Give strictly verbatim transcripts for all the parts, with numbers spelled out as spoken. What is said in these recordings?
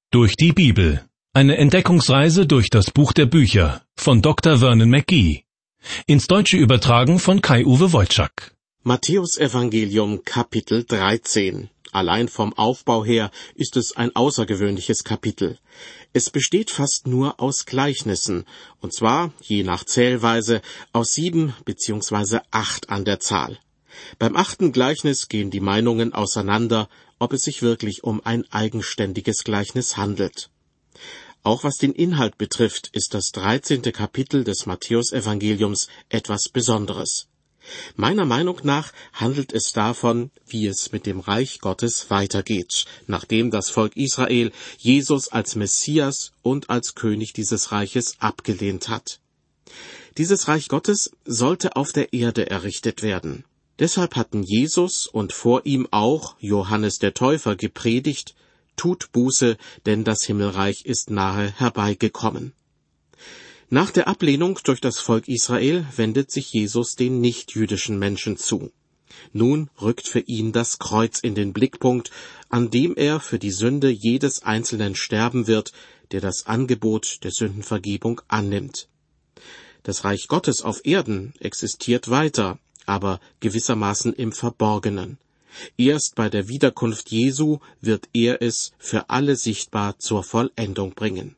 Durch die Bibel. Eine Entdeckungsreise durch das Buch der Bücher von Doktor Vernon McGee. Ins Deutsche übertragen von Kai-Uwe Wojczak. Matthäus-Evangelium, Kapitel dreizehn. Allein vom Aufbau her ist es ein außergewöhnliches Kapitel. Es besteht fast nur aus Gleichnissen, und zwar, je nach Zählweise, aus sieben bzw. acht an der Zahl. Beim achten Gleichnis gehen die Meinungen auseinander, ob es sich wirklich um ein eigenständiges Gleichnis handelt. Auch was den Inhalt betrifft, ist das dreizehnte Kapitel des Matthäus-Evangeliums etwas Besonderes. Meiner Meinung nach handelt es davon, wie es mit dem Reich Gottes weitergeht, nachdem das Volk Israel Jesus als Messias und als König dieses Reiches abgelehnt hat. Dieses Reich Gottes sollte auf der Erde errichtet werden. Deshalb hatten Jesus und vor ihm auch Johannes der Täufer gepredigt: Tut Buße, denn das Himmelreich ist nahe herbeigekommen. Nach der Ablehnung durch das Volk Israel wendet sich Jesus den nichtjüdischen Menschen zu. Nun rückt für ihn das Kreuz in den Blickpunkt, an dem er für die Sünde jedes Einzelnen sterben wird, der das Angebot der Sündenvergebung annimmt. Das Reich Gottes auf Erden existiert weiter, aber gewissermaßen im Verborgenen. Erst bei der Wiederkunft Jesu wird er es für alle sichtbar zur Vollendung bringen.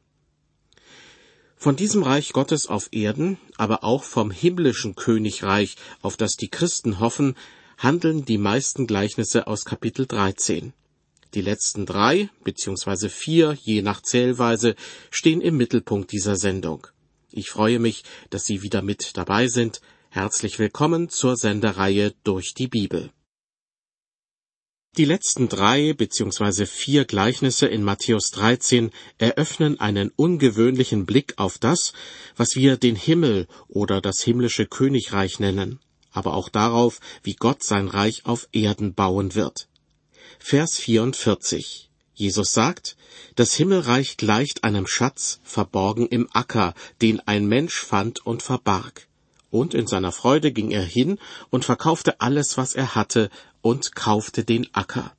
Von diesem Reich Gottes auf Erden, aber auch vom himmlischen Königreich, auf das die Christen hoffen, handeln die meisten Gleichnisse aus Kapitel dreizehn. Die letzten drei, beziehungsweise vier, je nach Zählweise, stehen im Mittelpunkt dieser Sendung. Ich freue mich, dass Sie wieder mit dabei sind. Herzlich willkommen zur Sendereihe Durch die Bibel. Die letzten drei bzw. vier Gleichnisse in Matthäus dreizehn eröffnen einen ungewöhnlichen Blick auf das, was wir den Himmel oder das himmlische Königreich nennen, aber auch darauf, wie Gott sein Reich auf Erden bauen wird. Vers vierundvierzig. Jesus sagt: Das Himmelreich gleicht einem Schatz, verborgen im Acker, den ein Mensch fand und verbarg. Und in seiner Freude ging er hin und verkaufte alles, was er hatte, und kaufte den Acker.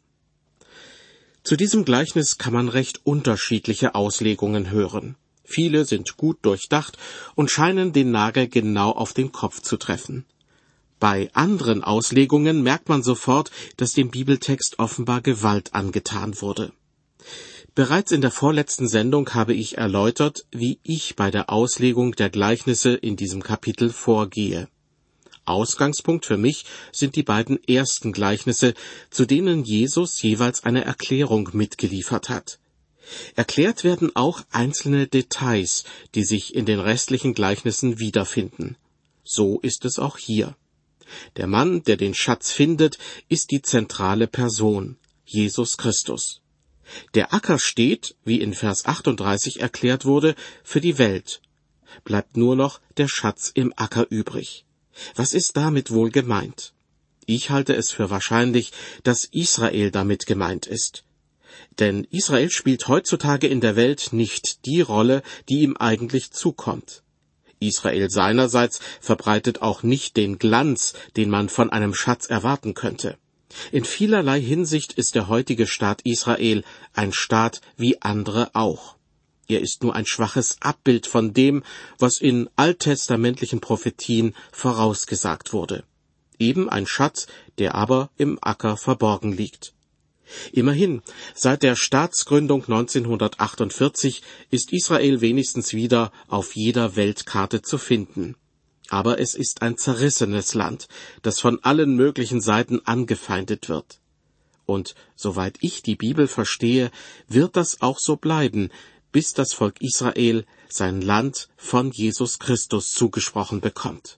Zu diesem Gleichnis kann man recht unterschiedliche Auslegungen hören. Viele sind gut durchdacht und scheinen den Nagel genau auf den Kopf zu treffen. Bei anderen Auslegungen merkt man sofort, dass dem Bibeltext offenbar Gewalt angetan wurde. Bereits in der vorletzten Sendung habe ich erläutert, wie ich bei der Auslegung der Gleichnisse in diesem Kapitel vorgehe. Ausgangspunkt für mich sind die beiden ersten Gleichnisse, zu denen Jesus jeweils eine Erklärung mitgeliefert hat. Erklärt werden auch einzelne Details, die sich in den restlichen Gleichnissen wiederfinden. So ist es auch hier. Der Mann, der den Schatz findet, ist die zentrale Person, Jesus Christus. Der Acker steht, wie in Vers achtunddreißig erklärt wurde, für die Welt. Bleibt nur noch der Schatz im Acker übrig. Was ist damit wohl gemeint? Ich halte es für wahrscheinlich, dass Israel damit gemeint ist. Denn Israel spielt heutzutage in der Welt nicht die Rolle, die ihm eigentlich zukommt. Israel seinerseits verbreitet auch nicht den Glanz, den man von einem Schatz erwarten könnte. In vielerlei Hinsicht ist der heutige Staat Israel ein Staat wie andere auch. Er ist nur ein schwaches Abbild von dem, was in alttestamentlichen Prophetien vorausgesagt wurde. Eben ein Schatz, der aber im Acker verborgen liegt. Immerhin, seit der Staatsgründung neunzehnhundertachtundvierzig ist Israel wenigstens wieder auf jeder Weltkarte zu finden. Aber es ist ein zerrissenes Land, das von allen möglichen Seiten angefeindet wird. Und soweit ich die Bibel verstehe, wird das auch so bleiben, bis das Volk Israel sein Land von Jesus Christus zugesprochen bekommt.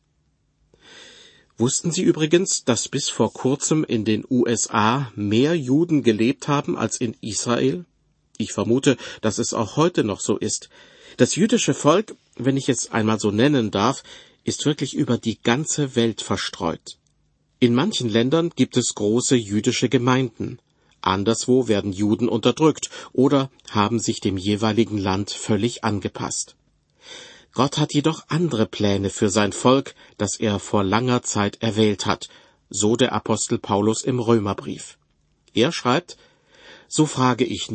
Wussten Sie übrigens, dass bis vor kurzem in den U S A mehr Juden gelebt haben als in Israel? Ich vermute, dass es auch heute noch so ist. Das jüdische Volk, wenn ich es einmal so nennen darf, ist wirklich über die ganze Welt verstreut. In manchen Ländern gibt es große jüdische Gemeinden. Anderswo werden Juden unterdrückt oder haben sich dem jeweiligen Land völlig angepasst. Gott hat jedoch andere Pläne für sein Volk, das er vor langer Zeit erwählt hat, so der Apostel Paulus im Römerbrief. Er schreibt: So frage ich nun,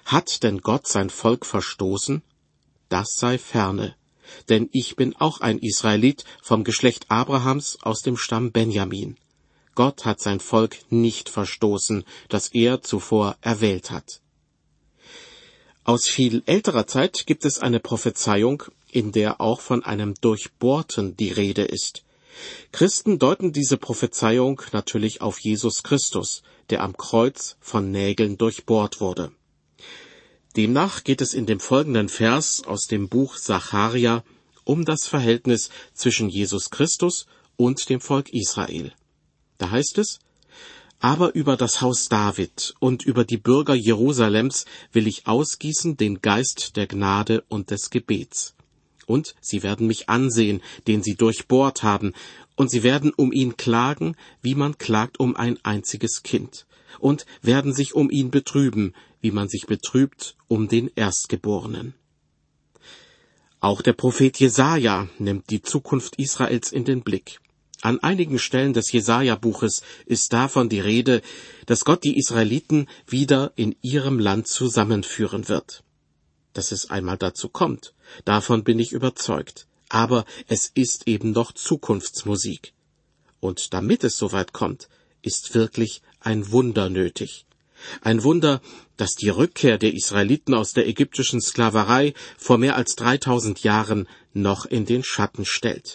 Hat denn Gott sein Volk verstoßen? Das sei ferne. Denn ich bin auch ein Israelit vom Geschlecht Abrahams aus dem Stamm Benjamin. Gott hat sein Volk nicht verstoßen, das er zuvor erwählt hat. Aus viel älterer Zeit gibt es eine Prophezeiung, in der auch von einem Durchbohrten die Rede ist. Christen deuten diese Prophezeiung natürlich auf Jesus Christus, der am Kreuz von Nägeln durchbohrt wurde. Demnach geht es in dem folgenden Vers aus dem Buch Sacharja um das Verhältnis zwischen Jesus Christus und dem Volk Israel. Da heißt es: Aber über das Haus David und über die Bürger Jerusalems will ich ausgießen den Geist der Gnade und des Gebets. Und sie werden mich ansehen, den sie durchbohrt haben, und sie werden um ihn klagen, wie man klagt um ein einziges Kind, und werden sich um ihn betrüben, wie man sich betrübt um den Erstgeborenen. Auch der Prophet Jesaja nimmt die Zukunft Israels in den Blick. An einigen Stellen des Jesaja-Buches ist davon die Rede, dass Gott die Israeliten wieder in ihrem Land zusammenführen wird. Dass es einmal dazu kommt, davon bin ich überzeugt. Aber es ist eben noch Zukunftsmusik. Und damit es soweit kommt, ist wirklich ein Wunder nötig. Ein Wunder, das die Rückkehr der Israeliten aus der ägyptischen Sklaverei vor mehr als dreitausend Jahren noch in den Schatten stellt.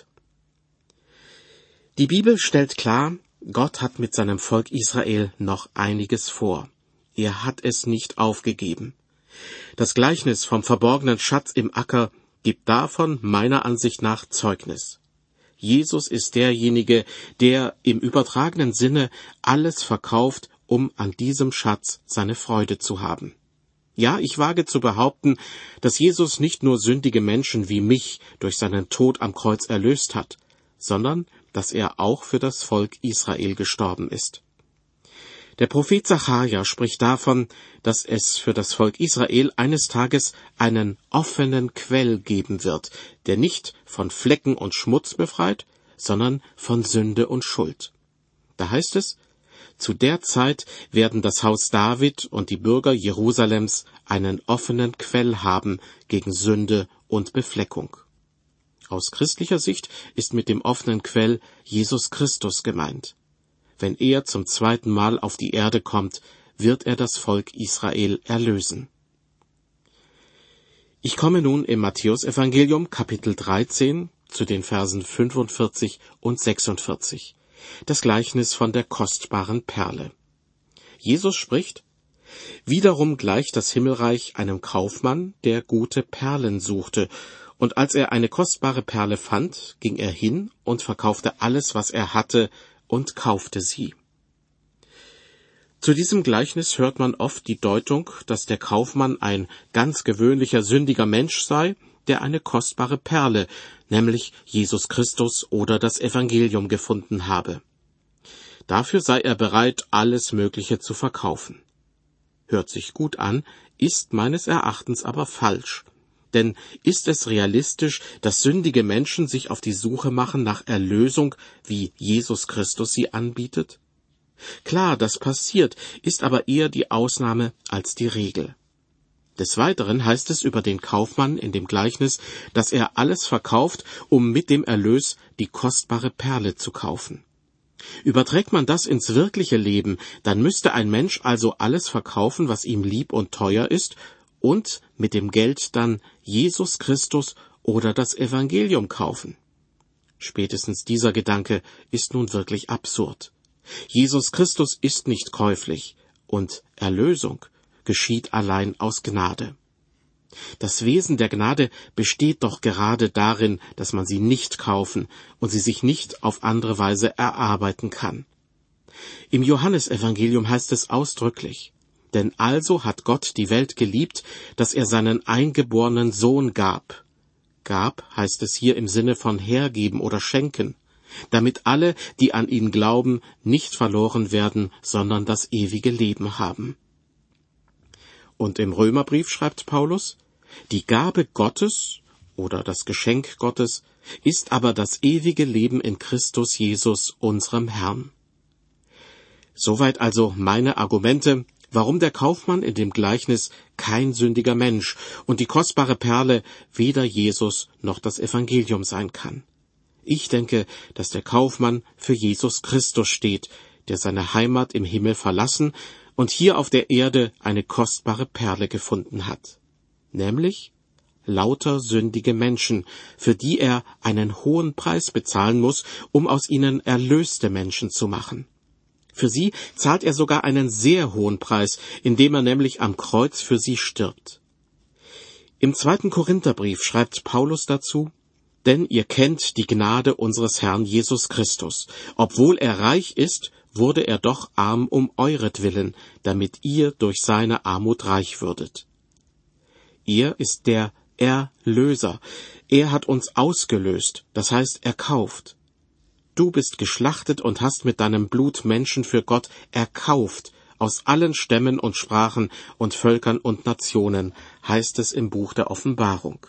Die Bibel stellt klar, Gott hat mit seinem Volk Israel noch einiges vor. Er hat es nicht aufgegeben. Das Gleichnis vom verborgenen Schatz im Acker gibt davon meiner Ansicht nach Zeugnis. Jesus ist derjenige, der im übertragenen Sinne alles verkauft, um an diesem Schatz seine Freude zu haben. Ja, ich wage zu behaupten, dass Jesus nicht nur sündige Menschen wie mich durch seinen Tod am Kreuz erlöst hat, sondern dass er auch für das Volk Israel gestorben ist. Der Prophet Sacharja spricht davon, dass es für das Volk Israel eines Tages einen offenen Quell geben wird, der nicht von Flecken und Schmutz befreit, sondern von Sünde und Schuld. Da heißt es: Zu der Zeit werden das Haus David und die Bürger Jerusalems einen offenen Quell haben gegen Sünde und Befleckung. Aus christlicher Sicht ist mit dem offenen Quell Jesus Christus gemeint. Wenn er zum zweiten Mal auf die Erde kommt, wird er das Volk Israel erlösen. Ich komme nun im Matthäusevangelium Kapitel dreizehn zu den Versen fünfundvierzig und sechsundvierzig. Das Gleichnis von der kostbaren Perle. Jesus spricht: Wiederum gleicht das Himmelreich einem Kaufmann, der gute Perlen suchte, und als er eine kostbare Perle fand, ging er hin und verkaufte alles, was er hatte, und kaufte sie. Zu diesem Gleichnis hört man oft die Deutung, dass der Kaufmann ein ganz gewöhnlicher sündiger Mensch sei, der eine kostbare Perle, nämlich Jesus Christus oder das Evangelium gefunden habe. Dafür sei er bereit, alles Mögliche zu verkaufen. Hört sich gut an, ist meines Erachtens aber falsch. Denn ist es realistisch, dass sündige Menschen sich auf die Suche machen nach Erlösung, wie Jesus Christus sie anbietet? Klar, das passiert, ist aber eher die Ausnahme als die Regel. Des Weiteren heißt es über den Kaufmann in dem Gleichnis, dass er alles verkauft, um mit dem Erlös die kostbare Perle zu kaufen. Überträgt man das ins wirkliche Leben, dann müsste ein Mensch also alles verkaufen, was ihm lieb und teuer ist, und mit dem Geld dann Jesus Christus oder das Evangelium kaufen. Spätestens dieser Gedanke ist nun wirklich absurd. Jesus Christus ist nicht käuflich, und Erlösung geschieht allein aus Gnade. Das Wesen der Gnade besteht doch gerade darin, dass man sie nicht kaufen und sie sich nicht auf andere Weise erarbeiten kann. Im Johannesevangelium heißt es ausdrücklich: Denn also hat Gott die Welt geliebt, dass er seinen eingeborenen Sohn gab. Gab heißt es hier im Sinne von hergeben oder schenken, damit alle, die an ihn glauben, nicht verloren werden, sondern das ewige Leben haben. Und im Römerbrief schreibt Paulus: Die Gabe Gottes oder das Geschenk Gottes ist aber das ewige Leben in Christus Jesus, unserem Herrn. Soweit also meine Argumente, warum der Kaufmann in dem Gleichnis kein sündiger Mensch und die kostbare Perle weder Jesus noch das Evangelium sein kann. Ich denke, dass der Kaufmann für Jesus Christus steht, der seine Heimat im Himmel verlassen und hier auf der Erde eine kostbare Perle gefunden hat. Nämlich lauter sündige Menschen, für die er einen hohen Preis bezahlen muss, um aus ihnen erlöste Menschen zu machen. Für sie zahlt er sogar einen sehr hohen Preis, indem er nämlich am Kreuz für sie stirbt. Im zweiten Korintherbrief schreibt Paulus dazu: Denn ihr kennt die Gnade unseres Herrn Jesus Christus. Obwohl er reich ist, wurde er doch arm um euretwillen, damit ihr durch seine Armut reich würdet. Er ist der Erlöser. Er hat uns ausgelöst, das heißt erkauft. Du bist geschlachtet und hast mit deinem Blut Menschen für Gott erkauft, aus allen Stämmen und Sprachen und Völkern und Nationen, heißt es im Buch der Offenbarung.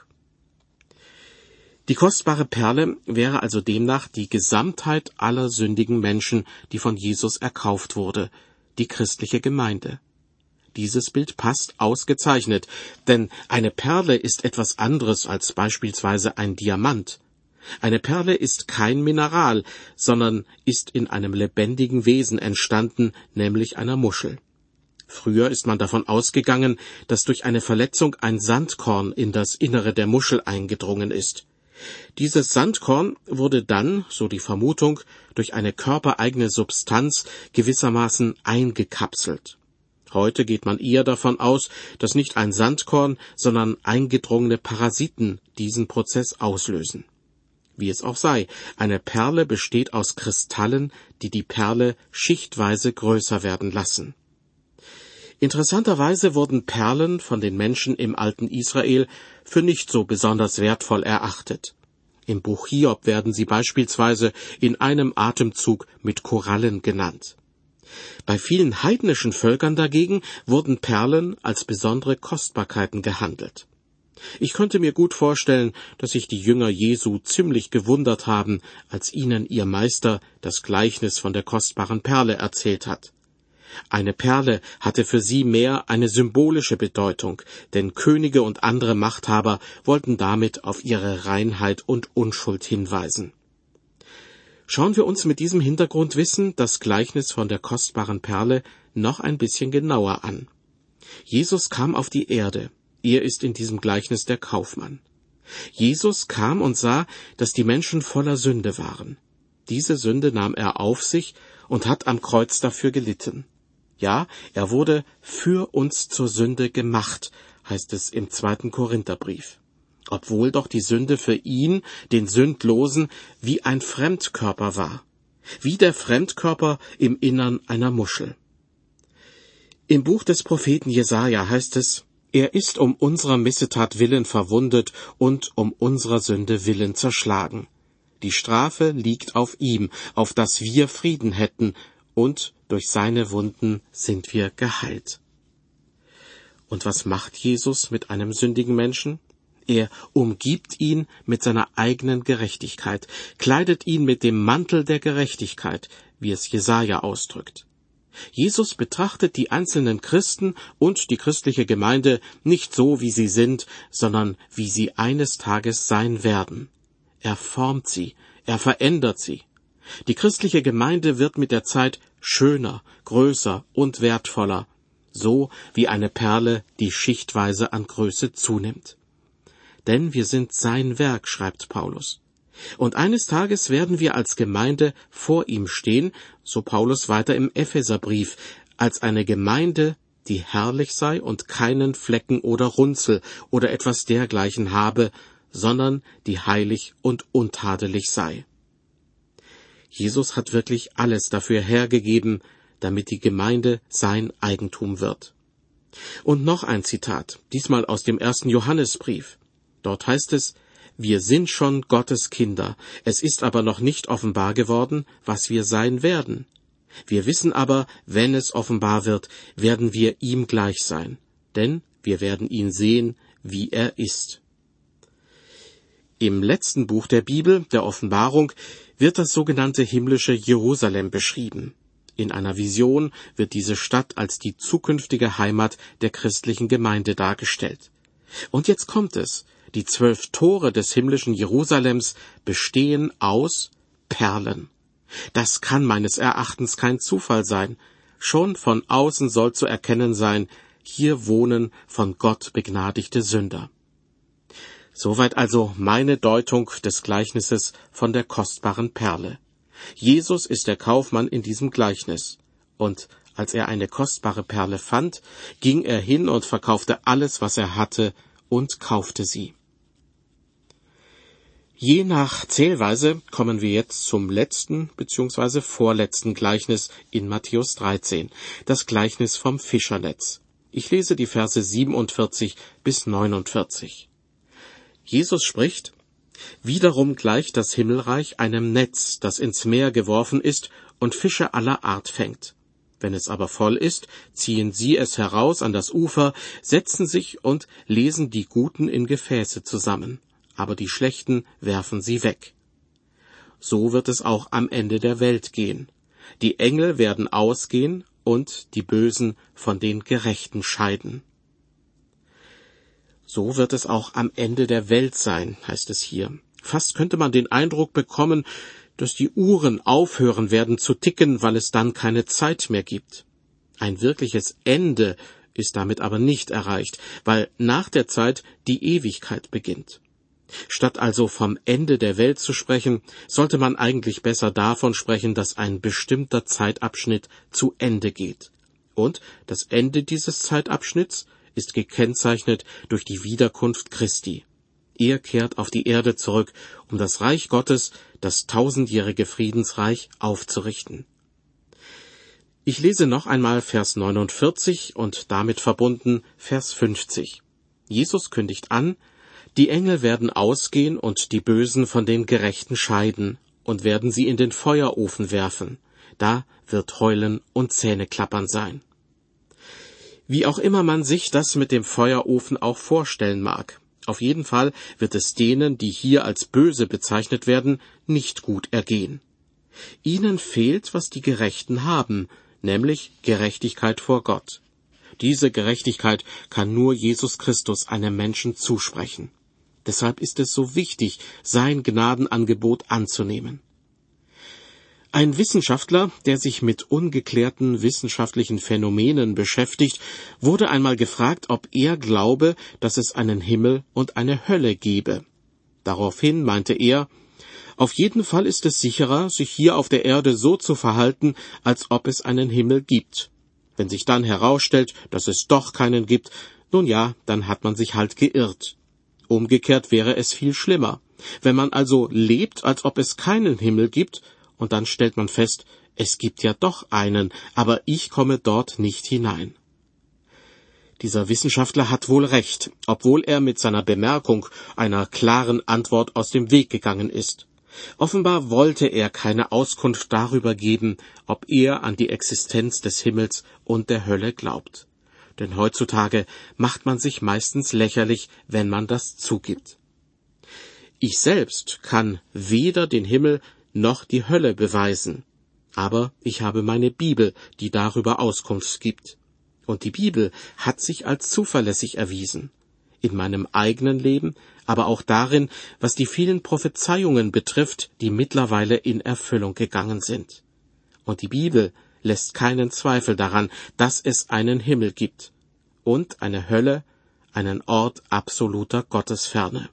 Die kostbare Perle wäre also demnach die Gesamtheit aller sündigen Menschen, die von Jesus erkauft wurde, die christliche Gemeinde. Dieses Bild passt ausgezeichnet, denn eine Perle ist etwas anderes als beispielsweise ein Diamant. Eine Perle ist kein Mineral, sondern ist in einem lebendigen Wesen entstanden, nämlich einer Muschel. Früher ist man davon ausgegangen, dass durch eine Verletzung ein Sandkorn in das Innere der Muschel eingedrungen ist. Dieses Sandkorn wurde dann, so die Vermutung, durch eine körpereigene Substanz gewissermaßen eingekapselt. Heute geht man eher davon aus, dass nicht ein Sandkorn, sondern eingedrungene Parasiten diesen Prozess auslösen. Wie es auch sei, eine Perle besteht aus Kristallen, die die Perle schichtweise größer werden lassen. Interessanterweise wurden Perlen von den Menschen im alten Israel für nicht so besonders wertvoll erachtet. Im Buch Hiob werden sie beispielsweise in einem Atemzug mit Korallen genannt. Bei vielen heidnischen Völkern dagegen wurden Perlen als besondere Kostbarkeiten gehandelt. Ich könnte mir gut vorstellen, dass sich die Jünger Jesu ziemlich gewundert haben, als ihnen ihr Meister das Gleichnis von der kostbaren Perle erzählt hat. Eine Perle hatte für sie mehr eine symbolische Bedeutung, denn Könige und andere Machthaber wollten damit auf ihre Reinheit und Unschuld hinweisen. Schauen wir uns mit diesem Hintergrundwissen das Gleichnis von der kostbaren Perle noch ein bisschen genauer an. Jesus kam auf die Erde. Er ist in diesem Gleichnis der Kaufmann. Jesus kam und sah, dass die Menschen voller Sünde waren. Diese Sünde nahm er auf sich und hat am Kreuz dafür gelitten. Ja, er wurde für uns zur Sünde gemacht, heißt es im zweiten Korintherbrief. Obwohl doch die Sünde für ihn, den Sündlosen, wie ein Fremdkörper war. Wie der Fremdkörper im Innern einer Muschel. Im Buch des Propheten Jesaja heißt es: Er ist um unserer Missetat willen verwundet und um unserer Sünde willen zerschlagen. Die Strafe liegt auf ihm, auf dass wir Frieden hätten, und durch seine Wunden sind wir geheilt. Und was macht Jesus mit einem sündigen Menschen? Er umgibt ihn mit seiner eigenen Gerechtigkeit, kleidet ihn mit dem Mantel der Gerechtigkeit, wie es Jesaja ausdrückt. Jesus betrachtet die einzelnen Christen und die christliche Gemeinde nicht so, wie sie sind, sondern wie sie eines Tages sein werden. Er formt sie, er verändert sie. Die christliche Gemeinde wird mit der Zeit schöner, größer und wertvoller, so wie eine Perle, die schichtweise an Größe zunimmt. Denn wir sind sein Werk, schreibt Paulus. Und eines Tages werden wir als Gemeinde vor ihm stehen, so Paulus weiter im Epheserbrief, als eine Gemeinde, die herrlich sei und keinen Flecken oder Runzel oder etwas dergleichen habe, sondern die heilig und untadelig sei. Jesus hat wirklich alles dafür hergegeben, damit die Gemeinde sein Eigentum wird. Und noch ein Zitat, diesmal aus dem ersten Johannesbrief. Dort heißt es: Wir sind schon Gottes Kinder, es ist aber noch nicht offenbar geworden, was wir sein werden. Wir wissen aber, wenn es offenbar wird, werden wir ihm gleich sein, denn wir werden ihn sehen, wie er ist. Im letzten Buch der Bibel, der Offenbarung, wird das sogenannte himmlische Jerusalem beschrieben. In einer Vision wird diese Stadt als die zukünftige Heimat der christlichen Gemeinde dargestellt. Und jetzt kommt es. Die zwölf Tore des himmlischen Jerusalems bestehen aus Perlen. Das kann meines Erachtens kein Zufall sein. Schon von außen soll zu erkennen sein, hier wohnen von Gott begnadigte Sünder. Soweit also meine Deutung des Gleichnisses von der kostbaren Perle. Jesus ist der Kaufmann in diesem Gleichnis. Und als er eine kostbare Perle fand, ging er hin und verkaufte alles, was er hatte, und kaufte sie. Je nach Zählweise kommen wir jetzt zum letzten bzw. vorletzten Gleichnis in Matthäus dreizehn, das Gleichnis vom Fischernetz. Ich lese die Verse siebenundvierzig bis neunundvierzig. Jesus spricht: Wiederum gleicht das Himmelreich einem Netz, das ins Meer geworfen ist und Fische aller Art fängt. Wenn es aber voll ist, ziehen sie es heraus an das Ufer, setzen sich und lesen die Guten in Gefäße zusammen, aber die Schlechten werfen sie weg. So wird es auch am Ende der Welt gehen. Die Engel werden ausgehen und die Bösen von den Gerechten scheiden. So wird es auch am Ende der Welt sein, heißt es hier. Fast könnte man den Eindruck bekommen, dass die Uhren aufhören werden zu ticken, weil es dann keine Zeit mehr gibt. Ein wirkliches Ende ist damit aber nicht erreicht, weil nach der Zeit die Ewigkeit beginnt. Statt also vom Ende der Welt zu sprechen, sollte man eigentlich besser davon sprechen, dass ein bestimmter Zeitabschnitt zu Ende geht. Und das Ende dieses Zeitabschnitts ist gekennzeichnet durch die Wiederkunft Christi. Er kehrt auf die Erde zurück, um das Reich Gottes, das tausendjährige Friedensreich, aufzurichten. Ich lese noch einmal Vers neunundvierzig und damit verbunden Vers fünfzig. Jesus kündigt an: Die Engel werden ausgehen und die Bösen von den Gerechten scheiden und werden sie in den Feuerofen werfen. Da wird Heulen und Zähneklappern sein. Wie auch immer man sich das mit dem Feuerofen auch vorstellen mag. Auf jeden Fall wird es denen, die hier als böse bezeichnet werden, nicht gut ergehen. Ihnen fehlt, was die Gerechten haben, nämlich Gerechtigkeit vor Gott. Diese Gerechtigkeit kann nur Jesus Christus einem Menschen zusprechen. Deshalb ist es so wichtig, sein Gnadenangebot anzunehmen. Ein Wissenschaftler, der sich mit ungeklärten wissenschaftlichen Phänomenen beschäftigt, wurde einmal gefragt, ob er glaube, dass es einen Himmel und eine Hölle gebe. Daraufhin meinte er: Auf jeden Fall ist es sicherer, sich hier auf der Erde so zu verhalten, als ob es einen Himmel gibt. Wenn sich dann herausstellt, dass es doch keinen gibt, nun ja, dann hat man sich halt geirrt. Umgekehrt wäre es viel schlimmer. Wenn man also lebt, als ob es keinen Himmel gibt, und dann stellt man fest, es gibt ja doch einen, aber ich komme dort nicht hinein. Dieser Wissenschaftler hat wohl recht, obwohl er mit seiner Bemerkung einer klaren Antwort aus dem Weg gegangen ist. Offenbar wollte er keine Auskunft darüber geben, ob er an die Existenz des Himmels und der Hölle glaubt. Denn heutzutage macht man sich meistens lächerlich, wenn man das zugibt. Ich selbst kann weder den Himmel noch die Hölle beweisen, aber ich habe meine Bibel, die darüber Auskunft gibt. Und die Bibel hat sich als zuverlässig erwiesen. In meinem eigenen Leben, aber auch darin, was die vielen Prophezeiungen betrifft, die mittlerweile in Erfüllung gegangen sind. Und die Bibel lässt keinen Zweifel daran, dass es einen Himmel gibt und eine Hölle, einen Ort absoluter Gottesferne.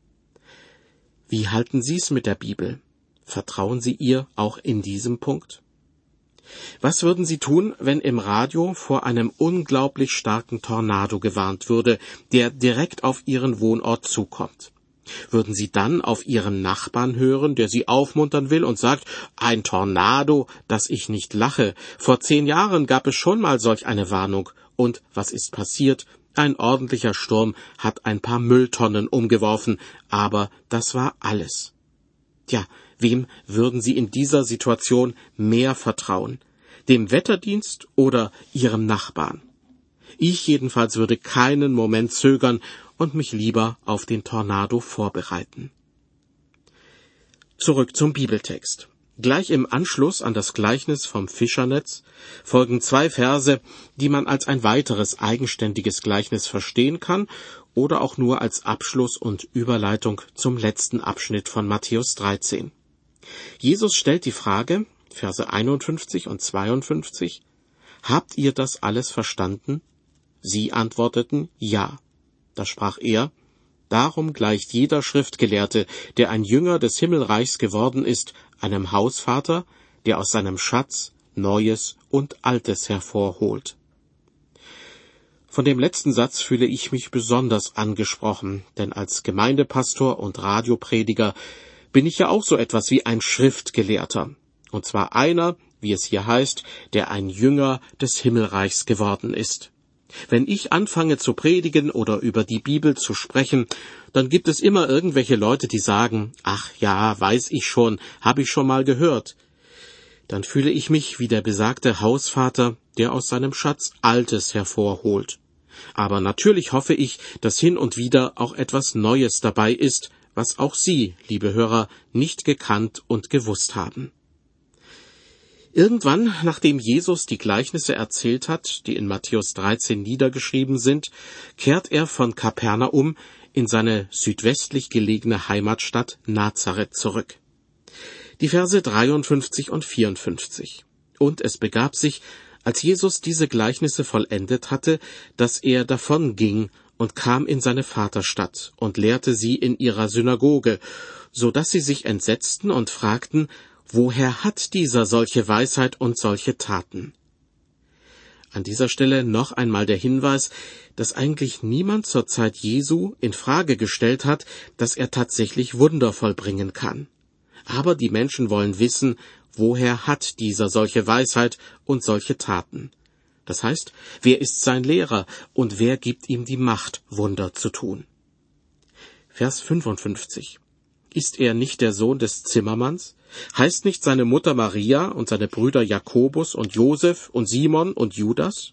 Wie halten Sie es mit der Bibel? Vertrauen Sie ihr auch in diesem Punkt? Was würden Sie tun, wenn im Radio vor einem unglaublich starken Tornado gewarnt würde, der direkt auf Ihren Wohnort zukommt? Würden Sie dann auf Ihren Nachbarn hören, der Sie aufmuntern will und sagt: Ein Tornado, dass ich nicht lache. Vor zehn Jahren gab es schon mal solch eine Warnung. Und was ist passiert? Ein ordentlicher Sturm hat ein paar Mülltonnen umgeworfen, aber das war alles. Tja, wem würden Sie in dieser Situation mehr vertrauen? Dem Wetterdienst oder Ihrem Nachbarn? Ich jedenfalls würde keinen Moment zögern und mich lieber auf den Tornado vorbereiten. Zurück zum Bibeltext. Gleich im Anschluss an das Gleichnis vom Fischernetz folgen zwei Verse, die man als ein weiteres eigenständiges Gleichnis verstehen kann oder auch nur als Abschluss und Überleitung zum letzten Abschnitt von Matthäus dreizehn. Jesus stellt die Frage, Verse einundfünfzig und zweiundfünfzig, »Habt ihr das alles verstanden?« Sie antworteten, »Ja.« Da sprach er, »Darum gleicht jeder Schriftgelehrte, der ein Jünger des Himmelreichs geworden ist, einem Hausvater, der aus seinem Schatz Neues und Altes hervorholt.« Von dem letzten Satz fühle ich mich besonders angesprochen, denn als Gemeindepastor und Radioprediger bin ich ja auch so etwas wie ein Schriftgelehrter, und zwar einer, wie es hier heißt, der ein Jünger des Himmelreichs geworden ist. Wenn ich anfange zu predigen oder über die Bibel zu sprechen, dann gibt es immer irgendwelche Leute, die sagen, »Ach ja, weiß ich schon, habe ich schon mal gehört.« Dann fühle ich mich wie der besagte Hausvater, der aus seinem Schatz Altes hervorholt. Aber natürlich hoffe ich, dass hin und wieder auch etwas Neues dabei ist, was auch Sie, liebe Hörer, nicht gekannt und gewusst haben. Irgendwann, nachdem Jesus die Gleichnisse erzählt hat, die in Matthäus dreizehn niedergeschrieben sind, kehrt er von Kapernaum in seine südwestlich gelegene Heimatstadt Nazareth zurück. Die Verse dreiundfünfzig und vierundfünfzig. Und es begab sich, als Jesus diese Gleichnisse vollendet hatte, dass er davonging und kam in seine Vaterstadt und lehrte sie in ihrer Synagoge, so dass sie sich entsetzten und fragten, woher hat dieser solche Weisheit und solche Taten? An dieser Stelle noch einmal der Hinweis, dass eigentlich niemand zur Zeit Jesu in Frage gestellt hat, dass er tatsächlich Wunder vollbringen kann. Aber die Menschen wollen wissen, woher hat dieser solche Weisheit und solche Taten? Das heißt, wer ist sein Lehrer und wer gibt ihm die Macht, Wunder zu tun? Vers fünfundfünfzig. Ist er nicht der Sohn des Zimmermanns? Heißt nicht seine Mutter Maria und seine Brüder Jakobus und Josef und Simon und Judas?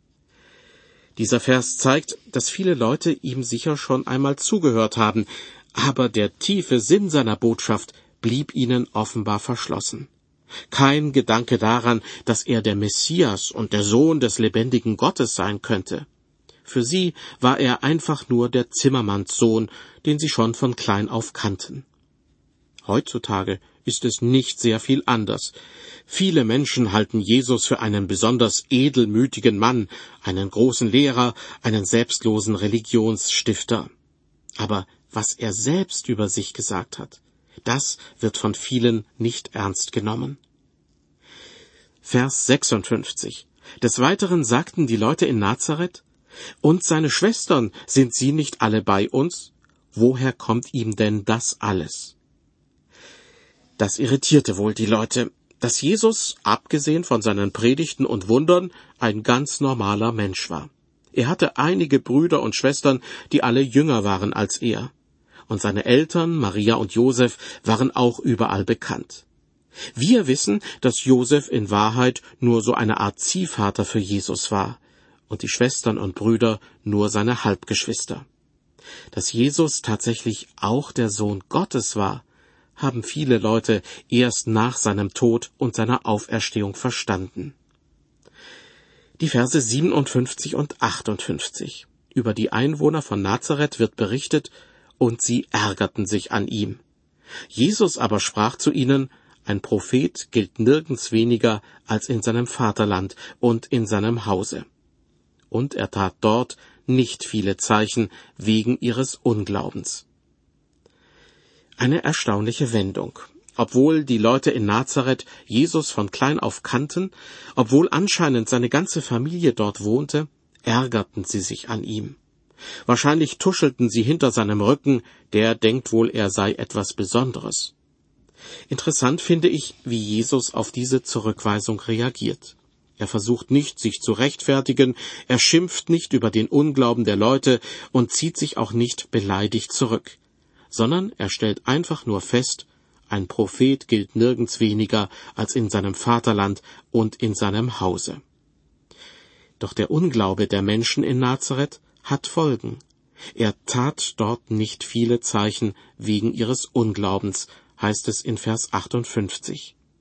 Dieser Vers zeigt, dass viele Leute ihm sicher schon einmal zugehört haben, aber der tiefe Sinn seiner Botschaft blieb ihnen offenbar verschlossen. Kein Gedanke daran, dass er der Messias und der Sohn des lebendigen Gottes sein könnte. Für sie war er einfach nur der Zimmermannssohn, den sie schon von klein auf kannten. Heutzutage ist es nicht sehr viel anders. Viele Menschen halten Jesus für einen besonders edelmütigen Mann, einen großen Lehrer, einen selbstlosen Religionsstifter. Aber was er selbst über sich gesagt hat, das wird von vielen nicht ernst genommen. Vers sechsundfünfzig. Des Weiteren sagten die Leute in Nazareth, »Und seine Schwestern, sind sie nicht alle bei uns? Woher kommt ihm denn das alles?« Das irritierte wohl die Leute, dass Jesus, abgesehen von seinen Predigten und Wundern, ein ganz normaler Mensch war. Er hatte einige Brüder und Schwestern, die alle jünger waren als er. Und seine Eltern, Maria und Josef, waren auch überall bekannt. Wir wissen, dass Josef in Wahrheit nur so eine Art Ziehvater für Jesus war und die Schwestern und Brüder nur seine Halbgeschwister. Dass Jesus tatsächlich auch der Sohn Gottes war, haben viele Leute erst nach seinem Tod und seiner Auferstehung verstanden. Die Verse siebenundfünfzig und achtundfünfzig. Über die Einwohner von Nazareth wird berichtet, und sie ärgerten sich an ihm. Jesus aber sprach zu ihnen, ein Prophet gilt nirgends weniger als in seinem Vaterland und in seinem Hause. Und er tat dort nicht viele Zeichen wegen ihres Unglaubens. Eine erstaunliche Wendung. Obwohl die Leute in Nazareth Jesus von klein auf kannten, obwohl anscheinend seine ganze Familie dort wohnte, ärgerten sie sich an ihm. Wahrscheinlich tuschelten sie hinter seinem Rücken, der denkt wohl, er sei etwas Besonderes. Interessant finde ich, wie Jesus auf diese Zurückweisung reagiert. Er versucht nicht, sich zu rechtfertigen, er schimpft nicht über den Unglauben der Leute und zieht sich auch nicht beleidigt zurück, sondern er stellt einfach nur fest, ein Prophet gilt nirgends weniger als in seinem Vaterland und in seinem Hause. Doch der Unglaube der Menschen in Nazareth hat Folgen. Er tat dort nicht viele Zeichen wegen ihres Unglaubens, heißt es in Vers achtundfünfzig.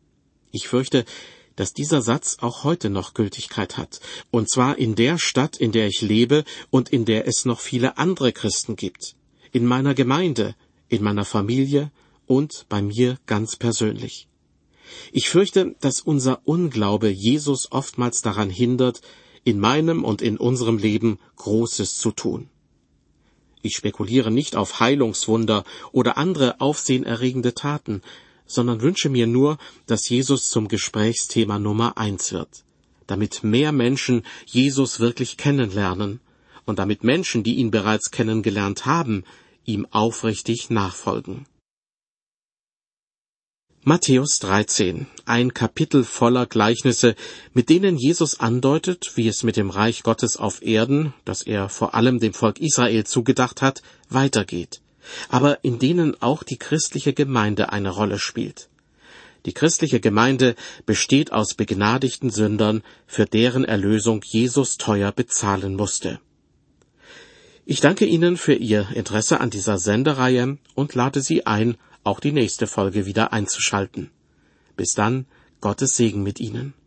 Ich fürchte, dass dieser Satz auch heute noch Gültigkeit hat, und zwar in der Stadt, in der ich lebe und in der es noch viele andere Christen gibt, in meiner Gemeinde, in meiner Familie und bei mir ganz persönlich. Ich fürchte, dass unser Unglaube Jesus oftmals daran hindert, in meinem und in unserem Leben Großes zu tun. Ich spekuliere nicht auf Heilungswunder oder andere aufsehenerregende Taten, sondern wünsche mir nur, dass Jesus zum Gesprächsthema Nummer eins wird, damit mehr Menschen Jesus wirklich kennenlernen und damit Menschen, die ihn bereits kennengelernt haben, ihm aufrichtig nachfolgen. Matthäus dreizehn, ein Kapitel voller Gleichnisse, mit denen Jesus andeutet, wie es mit dem Reich Gottes auf Erden, das er vor allem dem Volk Israel zugedacht hat, weitergeht, aber in denen auch die christliche Gemeinde eine Rolle spielt. Die christliche Gemeinde besteht aus begnadigten Sündern, für deren Erlösung Jesus teuer bezahlen musste. Ich danke Ihnen für Ihr Interesse an dieser Sendereihe und lade Sie ein, auch die nächste Folge wieder einzuschalten. Bis dann, Gottes Segen mit Ihnen.